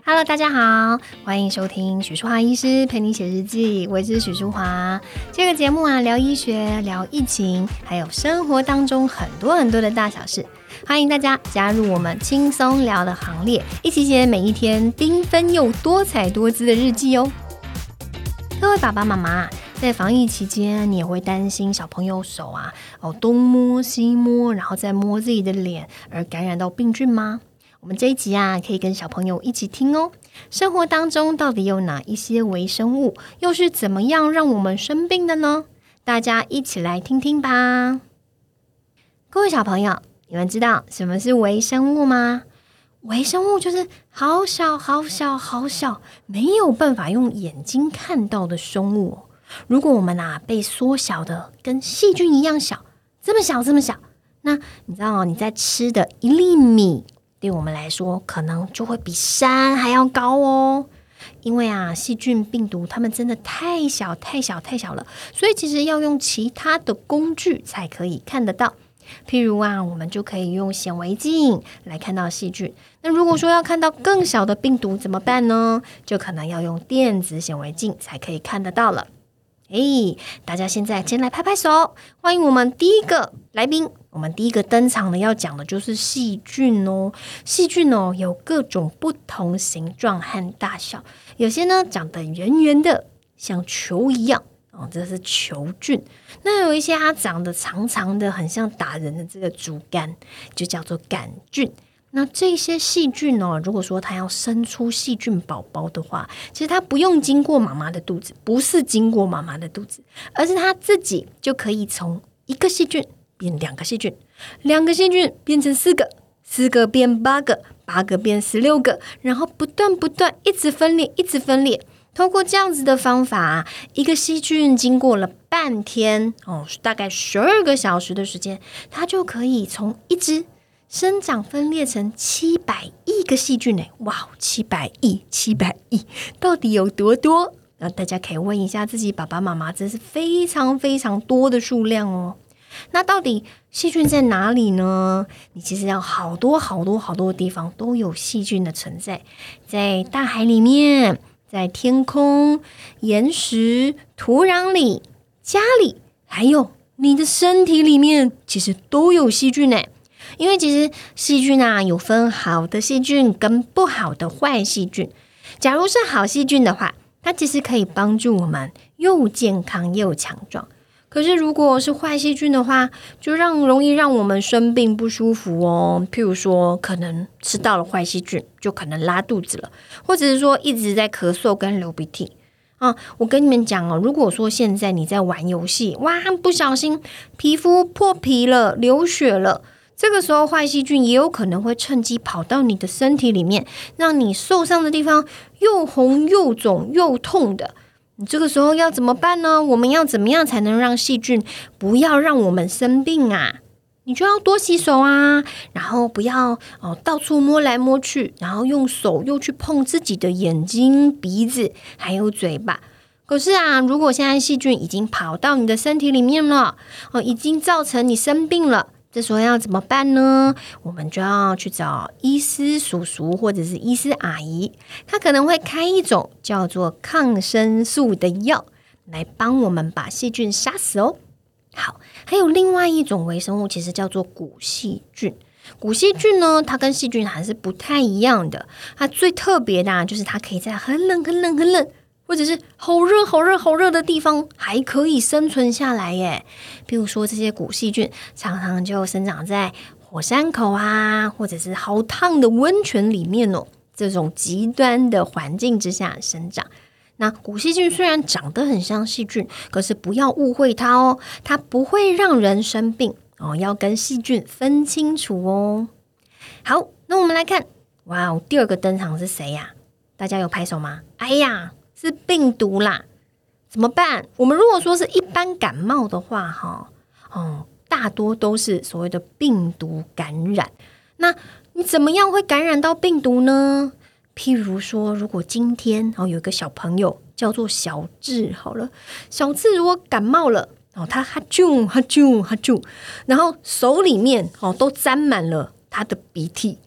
Hello， 大家好，欢迎收听许淑华医师陪你写日记，我是许淑华。这个节目啊，聊医学，聊疫情，还有生活当中很多的大小事。欢迎大家加入我们轻松聊的行列，一起写每一天缤纷又多彩多姿的日记哦。各位爸爸妈妈，在防疫期间，你也会担心小朋友手东摸西摸，然后再摸自己的脸，而感染到病菌吗？我们这一集可以跟小朋友一起听哦。生活当中到底有哪一些微生物，又是怎么样让我们生病的呢？大家一起来听听吧。各位小朋友，你们知道什么是微生物吗？微生物就是好小好小好小，没有办法用眼睛看到的生物哦。如果我们被缩小的跟细菌一样小，这么小，那你知道你在吃的一粒米，对我们来说可能就会比山还要高哦。因为细菌病毒它们真的太小了，所以其实要用其他的工具才可以看得到。譬如我们就可以用显微镜来看到细菌。那如果说要看到更小的病毒怎么办呢？就可能要用电子显微镜才可以看得到了。大家现在先来拍拍手，欢迎我们第一个来宾。我们第一个登场的要讲的就是细菌哦。细菌有各种不同形状和大小，有些呢长得圆圆的，像球一样这是球菌。那有一些它长得长长的，很像打人的这个竹竿，就叫做杆菌。那这些细菌如果说它要生出细菌宝宝的话，其实它不用经过妈妈的肚子，不是经过妈妈的肚子，而是它自己就可以从一个细菌变两个细菌，两个细菌变成4个，4个变8个，8个变16个，然后不断一直分裂。透过这样子的方法一个细菌经过了半天大概12个小时的时间，它就可以从一只生长分裂成700亿个细菌哇，700亿到底有多多？大家可以问一下自己爸爸妈妈，这是非常非常多的数量哦。那到底细菌在哪里呢？你其实要好多的地方都有细菌的存在，在大海里面，在天空、岩石、土壤里、家里，还有你的身体里面，其实都有细菌因为其实细菌有分好的细菌跟不好的坏细菌。假如是好细菌的话，它其实可以帮助我们又健康又强壮。可是如果是坏细菌的话，就容易让我们生病不舒服哦。譬如说可能吃到了坏细菌，就可能拉肚子了，或者是说一直在咳嗽跟流鼻涕我跟你们讲如果说现在你在玩游戏，不小心皮肤破皮了，流血了，这个时候坏细菌也有可能会趁机跑到你的身体里面，让你受伤的地方又红又肿又痛的。你这个时候要怎么办呢？我们要怎么样才能让细菌不要让我们生病你就要多洗手然后不要到处摸来摸去，然后用手又去碰自己的眼睛、鼻子还有嘴巴。可是如果现在细菌已经跑到你的身体里面了已经造成你生病了，这时候要怎么办呢？我们就要去找医师叔叔或者是医师阿姨，他可能会开一种叫做抗生素的药来帮我们把细菌杀死哦。好，还有另外一种微生物，其实叫做古细菌。古细菌呢，它跟细菌还是不太一样的。它最特别的就是它可以在很冷或者是好热的地方还可以生存下来耶。比如说这些古细菌常常就生长在火山口或者是好烫的温泉里面这种极端的环境之下生长。那古细菌虽然长得很像细菌，可是不要误会它它不会让人生病要跟细菌分清楚哦。好，那我们来看，第二个登场是谁呀？大家有拍手吗？是病毒啦。怎么办？我们如果说是一般感冒的话大多都是所谓的病毒感染。那你怎么样会感染到病毒呢？譬如说，如果今天有一个小朋友叫做小智好了，小智如果感冒了他哈啾，然后手里面都沾满了他的鼻涕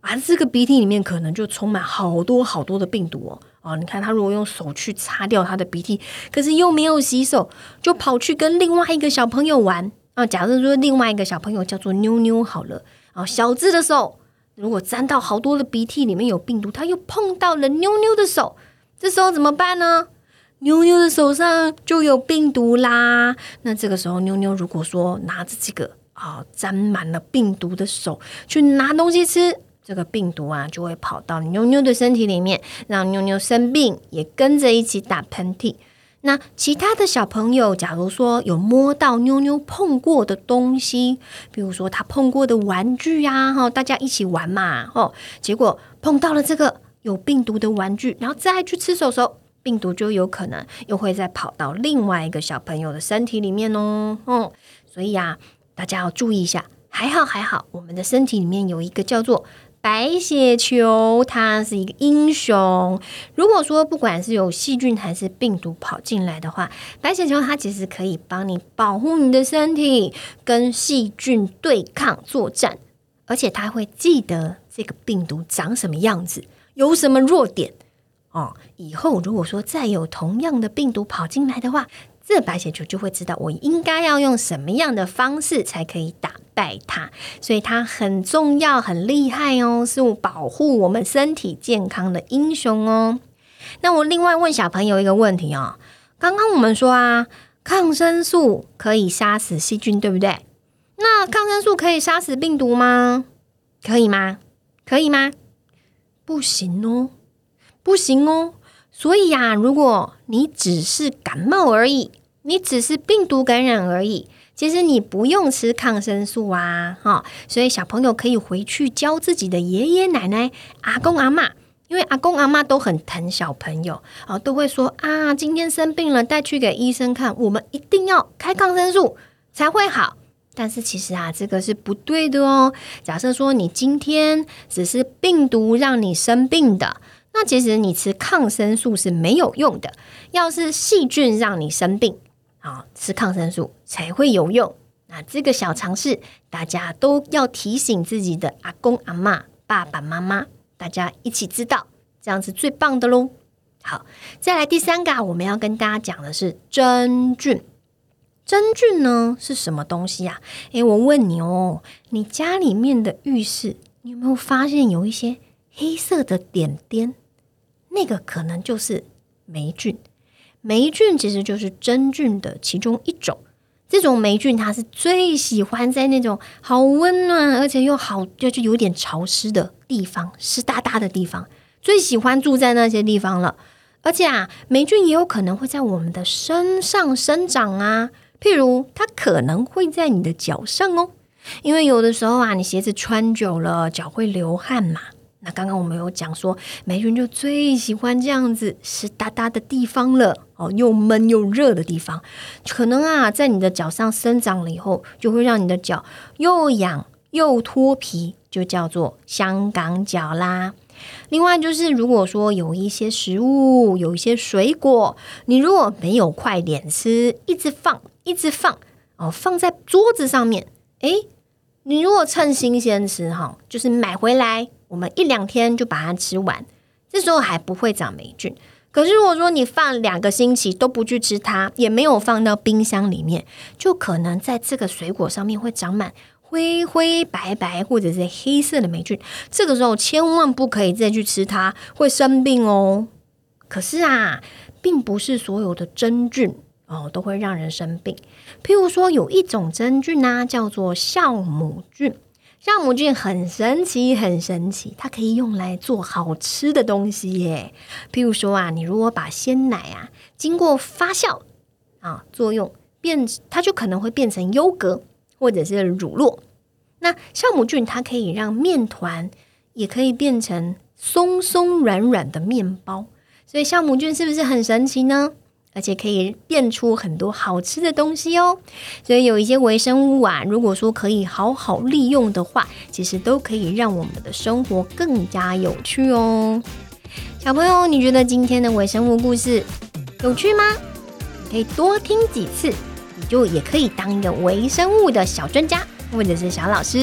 这个鼻涕里面可能就充满好多好多的病毒你看他如果用手去擦掉他的鼻涕，可是又没有洗手，就跑去跟另外一个小朋友玩假设说另外一个小朋友叫做妞妞好了小智的手如果沾到好多的鼻涕里面有病毒，他又碰到了妞妞的手，这时候怎么办呢？妞妞的手上就有病毒啦。那这个时候妞妞如果说拿着这个沾满了病毒的手去拿东西吃，这个病毒就会跑到妞妞的身体里面，让妞妞生病，也跟着一起打喷嚏。那其他的小朋友假如说有摸到妞妞碰过的东西，比如说他碰过的玩具大家一起玩嘛结果碰到了这个有病毒的玩具，然后再去吃手手，病毒就有可能又会再跑到另外一个小朋友的身体里面所以大家要注意一下。还好我们的身体里面有一个叫做白血球，它是一个英雄。如果说不管是有细菌还是病毒跑进来的话，白血球它其实可以帮你保护你的身体，跟细菌对抗作战，而且它会记得这个病毒长什么样子，有什么弱点以后如果说再有同样的病毒跑进来的话，这白血球就会知道我应该要用什么样的方式才可以打败它，所以它很重要很厉害是保护我们身体健康的英雄那我另外问小朋友一个问题刚刚我们说抗生素可以杀死细菌对不对？那抗生素可以杀死病毒吗？可以吗？不行不行所以如果你只是感冒而已，你只是病毒感染而已，其实你不用吃抗生素所以小朋友可以回去教自己的爷爷奶奶阿公阿嬷，因为阿公阿嬷都很疼小朋友都会说今天生病了带去给医生看，我们一定要开抗生素才会好。但是其实这个是不对的假设说你今天只是病毒让你生病的，那其实你吃抗生素是没有用的，要是细菌让你生病吃抗生素才会有用。那这个小常识大家都要提醒自己的阿公阿嬷爸爸妈妈，大家一起知道，这样是最棒的咯。好，再来第三个我们要跟大家讲的是真菌。真菌呢是什么东西我问你你家里面的浴室你有没有发现有一些黑色的点点？那个可能就是霉菌。霉菌其实就是真菌的其中一种。这种霉菌它是最喜欢在那种好温暖而且又好就有点潮湿的地方，湿哒哒的地方，最喜欢住在那些地方了。而且霉菌也有可能会在我们的身上生长譬如它可能会在你的脚上因为有的时候你鞋子穿久了脚会流汗嘛，那刚刚我们有讲说霉菌就最喜欢这样子湿哒哒的地方了又闷又热的地方，可能在你的脚上生长了以后，就会让你的脚又痒又脱皮，就叫做香港脚啦。另外就是如果说有一些食物有一些水果，你如果没有快点吃，一直放放在桌子上面，你如果趁新鲜吃就是买回来我们1-2天就把它吃完，这时候还不会长霉菌。可是如果说你放2个星期都不去吃它，也没有放到冰箱里面，就可能在这个水果上面会长满灰灰白白或者是黑色的霉菌，这个时候千万不可以再去吃它，会生病可是并不是所有的真菌都会让人生病。譬如说有一种真菌叫做酵母菌。酵母菌很神奇很神奇，它可以用来做好吃的东西耶。譬如说你如果把鲜奶经过发酵作用它就可能会变成优格或者是乳酪。那酵母菌它可以让面团也可以变成松松软软的面包，所以酵母菌是不是很神奇呢？而且可以变出很多好吃的东西所以有一些微生物如果说可以好好利用的话，其实都可以让我们的生活更加有趣小朋友，你觉得今天的微生物故事有趣吗？你可以多听几次，你就也可以当一个微生物的小专家或者是小老师。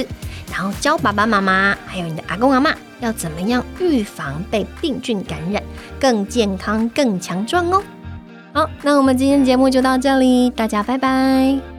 然后教爸爸妈妈还有你的阿公阿嬷要怎么样预防被病菌感染，更健康更强壮哦。好，那我们今天节目就到这里，大家拜拜。